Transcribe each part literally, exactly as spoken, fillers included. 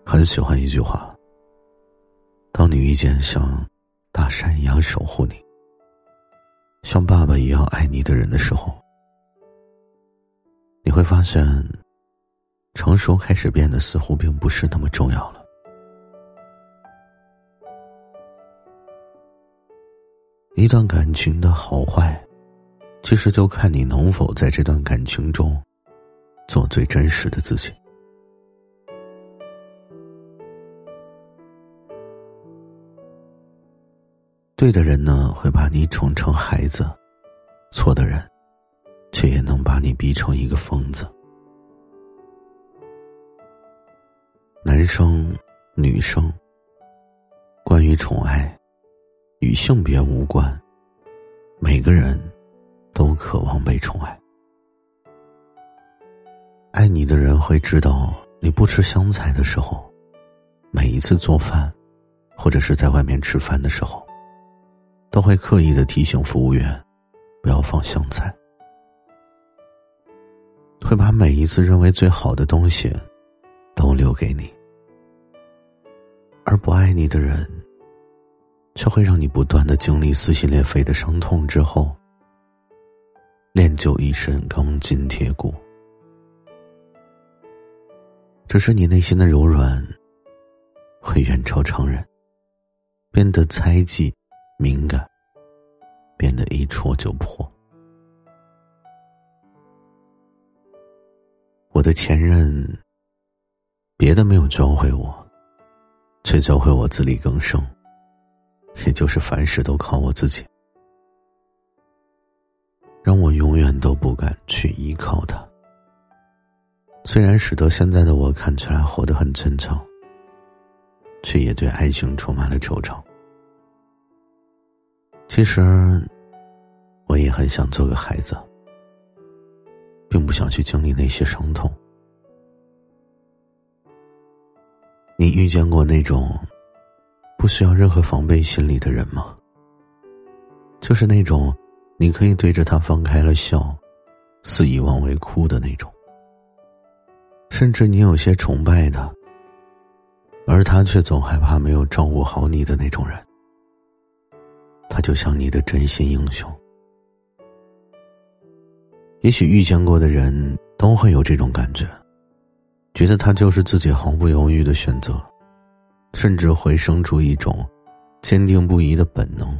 很喜欢一句话，当你遇见像大山一样守护你，像爸爸一样爱你的人的时候，你会发现成熟开始变得似乎并不是那么重要了。一段感情的好坏，其实就看你能否在这段感情中做最真实的自己。对的人呢，会把你宠成孩子，错的人却也能把你逼成一个疯子。男生女生，关于宠爱与性别无关，每个人都渴望被宠爱。爱你的人会知道你不吃香菜的时候，每一次做饭或者是在外面吃饭的时候，都会刻意的提醒服务员不要放香菜，会把每一次认为最好的东西都留给你。而不爱你的人，却会让你不断的经历撕心裂肺的伤痛之后，练就一身钢筋铁骨。只是你内心的柔软会远超常人，变得猜忌敏感，变得一戳就破。我的前任别的没有教会我，却教会我自力更生，也就是凡事都靠我自己，让我永远都不敢去依靠他。虽然使得现在的我看起来活得很坚强，却也对爱情充满了惆怅。其实我也很想做个孩子，并不想去经历那些伤痛。你遇见过那种不需要任何防备心理的人吗？就是那种你可以对着他放开了笑，肆意妄为哭的那种，甚至你有些崇拜他，而他却总害怕没有照顾好你的那种人。他就像你的真心英雄。也许遇见过的人都会有这种感觉，觉得他就是自己毫不犹豫的选择，甚至会生出一种坚定不移的本能。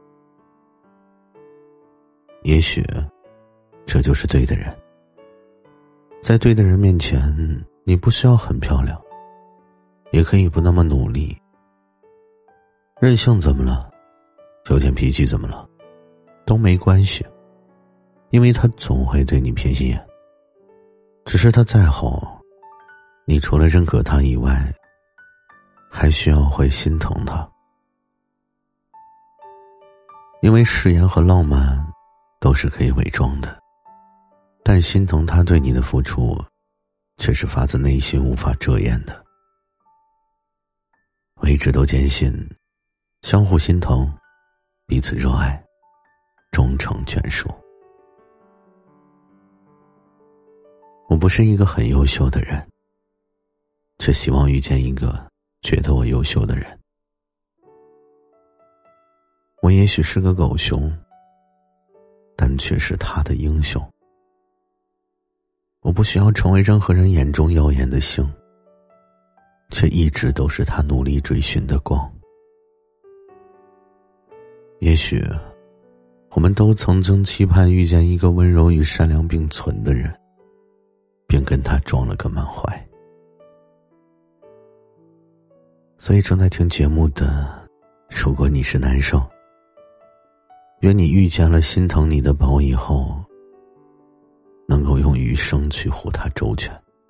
也许这就是对的人。在对的人面前，你不需要很漂亮，也可以不那么努力。任性怎么了？有点脾气怎么了？都没关系，因为他总会对你偏心眼。只是他再好，你除了认可他以外，还需要会心疼他。因为誓言和浪漫都是可以伪装的，但心疼他对你的付出却是发自内心无法遮掩的。我一直都坚信，相互心疼，彼此热爱，终成眷属。我不是一个很优秀的人，却希望遇见一个觉得我优秀的人。我也许是个狗熊，但却是他的英雄。我不需要成为任何人眼中耀眼的星，却一直都是他努力追寻的光。也许我们都曾经期盼遇见一个温柔与善良并存的人，便跟他装了个满怀。所以正在听节目的，如果你是男生，愿你遇见了心疼你的宝以后，能够用余生去护他周全。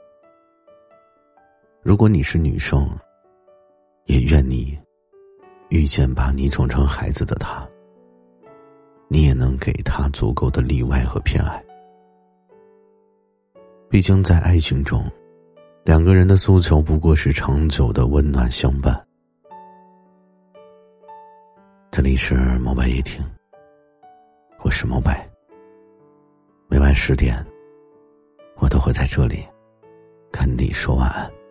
如果你是女生，也愿你遇见把你宠成孩子的他，你也能给他足够的例外和偏爱。毕竟在爱情中，两个人的诉求不过是长久的温暖相伴。这里是毛白夜听，我是毛白，每晚十点我都会在这里跟你说晚安。